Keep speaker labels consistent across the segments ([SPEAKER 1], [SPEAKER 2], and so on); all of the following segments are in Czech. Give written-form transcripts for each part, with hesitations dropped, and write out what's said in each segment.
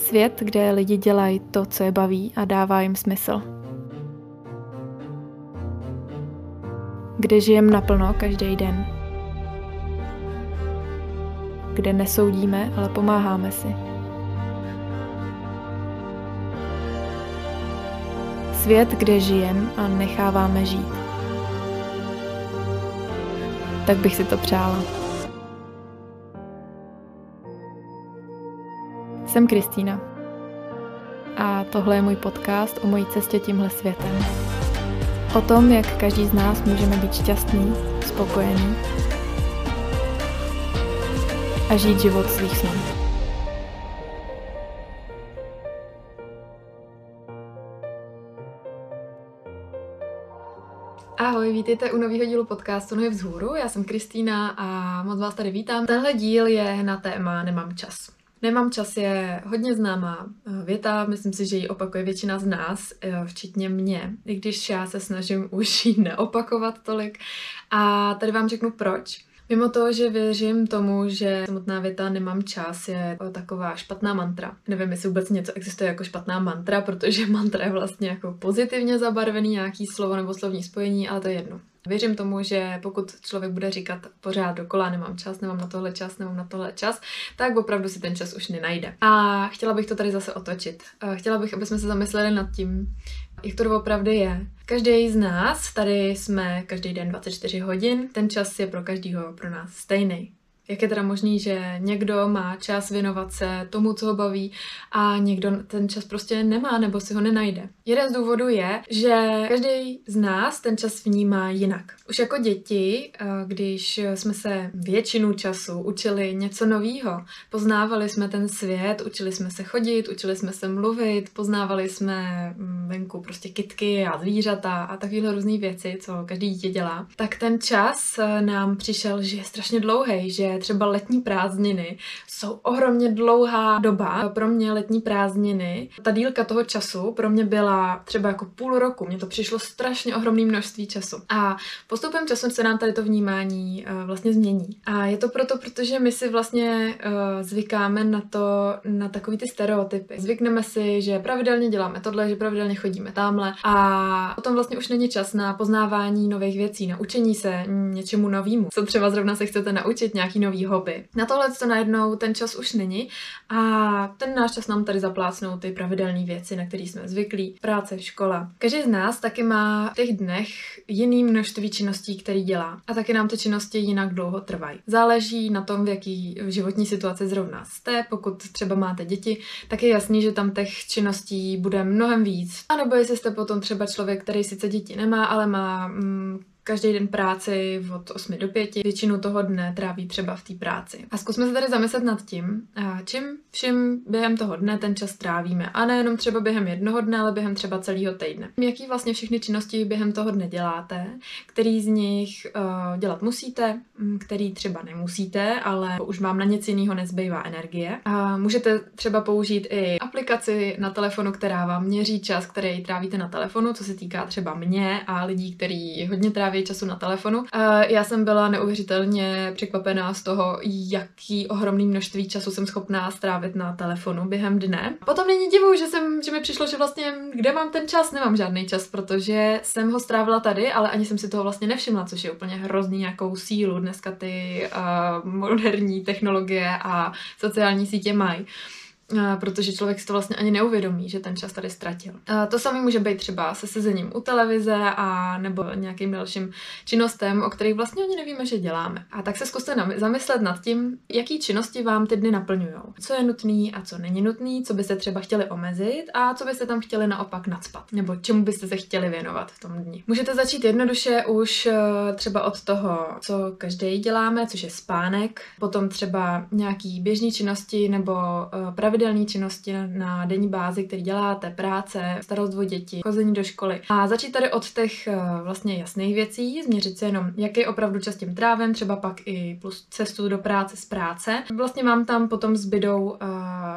[SPEAKER 1] Svět, kde lidi dělají to, co je baví a dává jim smysl. Kde žijem naplno každý den. Kde nesoudíme, ale pomáháme si. Svět, kde žijem a necháváme žít. Tak bych si to přála. Jsem Kristýna a tohle je můj podcast o mojí cestě tímhle světem. O tom, jak každý z nás můžeme být šťastný, spokojený a žít život svých snů. Ahoj, vítejte u nového dílu podcastu Nohy vzhůru. Já jsem Kristýna a moc vás tady vítám. Tenhle díl je na téma Nemám čas. Nemám čas je hodně známá věta, myslím si, že ji opakuje většina z nás, včetně mě, i když já se snažím už ji neopakovat tolik. A tady vám řeknu proč. Mimo toho, že věřím tomu, že samotná věta nemám čas je taková špatná mantra. Nevím, jestli vůbec něco existuje jako špatná mantra, protože mantra je vlastně jako pozitivně zabarvený nějaký slovo nebo slovní spojení, ale to je jedno. Věřím tomu, že pokud člověk bude říkat pořád dokola nemám čas, nemám na tohle čas, tak opravdu si ten čas už nenajde. A chtěla bych to tady zase otočit. Chtěla bych, aby jsme se zamysleli nad tím, jak to opravdu je. Každý z nás, tady jsme každý den 24 hodin, ten čas je pro každýho pro nás stejný. Jak je teda možný, že někdo má čas věnovat se tomu, co ho baví a někdo ten čas prostě nemá nebo si ho nenajde? Jeden z důvodů je, že každý z nás ten čas vnímá jinak. Už jako děti, když jsme se většinu času učili něco novýho, poznávali jsme ten svět, učili jsme se chodit, učili jsme se mluvit, poznávali jsme venku prostě kytky a zvířata a takovéhle různé věci, co každý dítě dělá, tak ten čas nám přišel, že je strašně dlouhý, že třeba letní prázdniny jsou ohromně dlouhá doba. Pro mě letní prázdniny, ta dílka toho času pro mě byla třeba jako půl roku. Mně to přišlo strašně ohromné množství času. A postupem času se nám tady to vnímání vlastně změní. A je to proto, protože my si vlastně zvykáme na takový ty stereotypy. Zvykneme si, že pravidelně děláme tohle, že pravidelně chodíme tamhle a potom vlastně už není čas na poznávání nových věcí, na učení se něčemu novému. Co třeba zrovna se chcete naučit, nějaký nový hobby. Na tohle to najednou ten čas už není a ten náš čas nám tady zaplácnou ty pravidelné věci, na které jsme zvyklí. Práce, škola. Každý z nás taky má v těch dnech jiný množství činností, které dělá. A taky nám ty činnosti jinak dlouho trvají. Záleží na tom, v jaký životní situaci zrovna jste. Pokud třeba máte děti, tak je jasný, že tam těch činností bude mnohem víc. A nebo jestli jste potom třeba člověk, který sice děti nemá, ale má každý den práci od 8 do 5, většinu toho dne tráví třeba v té práci. A zkusme se tady zamyslet nad tím, čím vším během toho dne ten čas trávíme. A nejenom třeba během jednoho dne, ale během třeba celého týdne. Jaký vlastně všechny činnosti během toho dne děláte, který z nich dělat musíte, který třeba nemusíte, ale už vám na nic jiného nezbývá energie. A můžete třeba použít i aplikaci na telefonu, která vám měří čas, který trávíte na telefonu, co se týká třeba mě a lidí, kteří hodně tráví času na telefonu. Já jsem byla neuvěřitelně překvapená z toho, jaký ohromný množství času jsem schopná strávit na telefonu během dne. Potom není divu, že mi přišlo, že vlastně kde mám ten čas, nemám žádný čas, protože jsem ho strávila tady, ale ani jsem si toho vlastně nevšimla, což je úplně hrozný nějakou sílu dneska ty moderní technologie a sociální sítě mají. Protože člověk si to vlastně ani neuvědomí, že ten čas tady ztratil. To samé může být třeba se sezením u televize a nebo nějakým dalším činnostem, o kterých vlastně ani nevíme, že děláme. A tak se zkuste zamyslet nad tím, jaký činnosti vám ty dny naplňujou. Co je nutný a co není nutný, co byste třeba chtěli omezit a co byste tam chtěli naopak nacpat. Nebo čemu byste se chtěli věnovat v tom dni. Můžete začít jednoduše už třeba od toho, co každý děláme, což je spánek, potom třeba nějaký běžné činnosti nebo pravidelné činnosti na denní bázi, který děláte, práce, starost o děti, chození do školy. A začít tady od těch vlastně jasných věcí, změřit se jenom, jaký opravdu čas tím trávím, třeba pak i plus cestu do práce z práce. Vlastně vám tam potom zbydou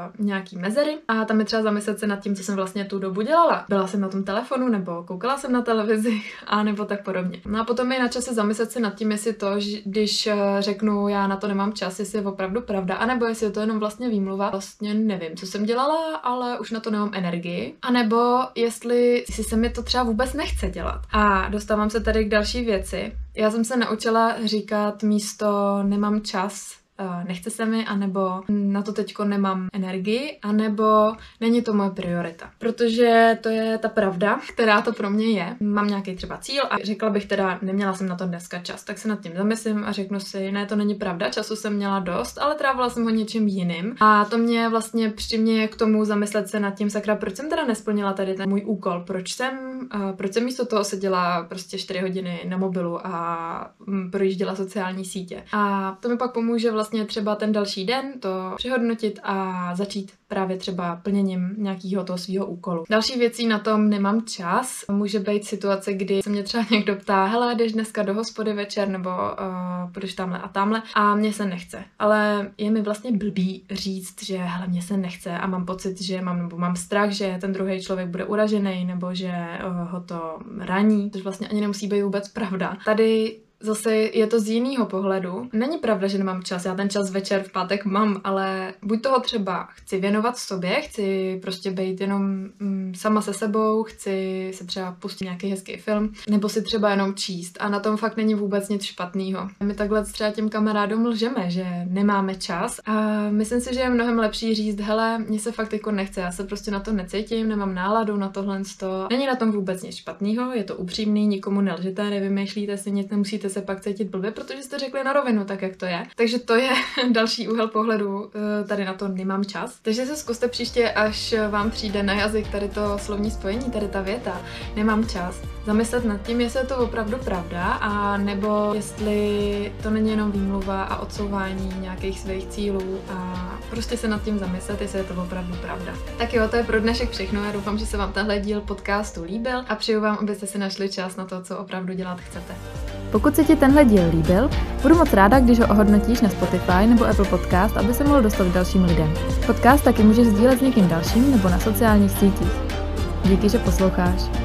[SPEAKER 1] nějaký mezery a tam je třeba zamyslet se nad tím, co jsem vlastně tu dobu dělala. Byla jsem na tom telefonu nebo koukala jsem na televizi a nebo tak podobně. No a potom je na čase zamyslet se nad tím, jestli to, když řeknu, já na to nemám čas, jestli je opravdu pravda, anebo jestli je to jenom vlastně výmluva. Vlastně nevím, co jsem dělala, ale už na to nemám energii. A nebo jestli se mi to třeba vůbec nechce dělat. A dostávám se tady k další věci. Já jsem se naučila říkat místo nemám čas, nechce se mi, anebo na to teďko nemám energii, anebo není to moje priorita. Protože to je ta pravda, která to pro mě je. Mám nějaký třeba cíl a řekla bych teda, neměla jsem na to dneska čas, tak se nad tím zamyslím a řeknu si, ne, to není pravda, času jsem měla dost, ale trávila jsem ho něčím jiným. A to mě vlastně přiměje k tomu zamyslet se nad tím, sakra, proč jsem teda nesplnila tady ten můj úkol, proč jsem místo toho seděla prostě 4 hodiny na mobilu a projížděla sociální sítě. A to mi pak pomůže vlastně třeba ten další den to přehodnotit a začít právě třeba plněním nějakého toho svého úkolu. Další věcí na tom nemám čas může být situace, kdy se mě třeba někdo ptá, hele, jdeš dneska do hospody večer nebo půjdeš tamhle a tamhle a mně se nechce. Ale je mi vlastně blbý říct, že hele, mně se nechce a mám pocit, že mám strach, že ten druhý člověk bude uražený nebo že ho to raní, což vlastně ani nemusí být vůbec pravda. Tady zase je to z jiného pohledu. Není pravda, že nemám čas, já ten čas večer v pátek mám, ale buď toho třeba chci věnovat sobě, chci prostě být jenom sama se sebou, chci se třeba pustit nějaký hezký film, nebo si třeba jenom číst a na tom fakt není vůbec nic špatného. My takhle třeba těm kamarádům lžeme, že nemáme čas a myslím si, že je mnohem lepší říct, hele, mně se fakt jako nechce, já se prostě na to necítím, nemám náladu na tohle. Není na tom vůbec nic špatného, je to upřímný, nikomu nelžete, nevymýšlíte si nic, nemusíte se pak cítit blbě, protože jste řekli na rovinu, tak jak to je. Takže to je další úhel pohledu, tady na to nemám čas. Takže se zkuste příště, až vám přijde na jazyk tady to slovní spojení, tady ta věta, nemám čas, zamyslet nad tím, jestli je to opravdu pravda, a nebo jestli to není jenom výmluva a odsouvání nějakých svých cílů a prostě se nad tím zamyslet, jestli je to opravdu pravda. Tak jo, to je pro dnešek všechno. Já doufám, že se vám tenhle díl podcastu líbil a přeju vám, abyste si našli čas na to, co opravdu dělat chcete.
[SPEAKER 2] Pokud se ti tenhle díl líbil, budu moc ráda, když ho ohodnotíš na Spotify nebo Apple Podcast, aby se mohl dostat k dalším lidem. Podcast taky můžeš sdílet s někým dalším nebo na sociálních sítích. Díky, že posloucháš.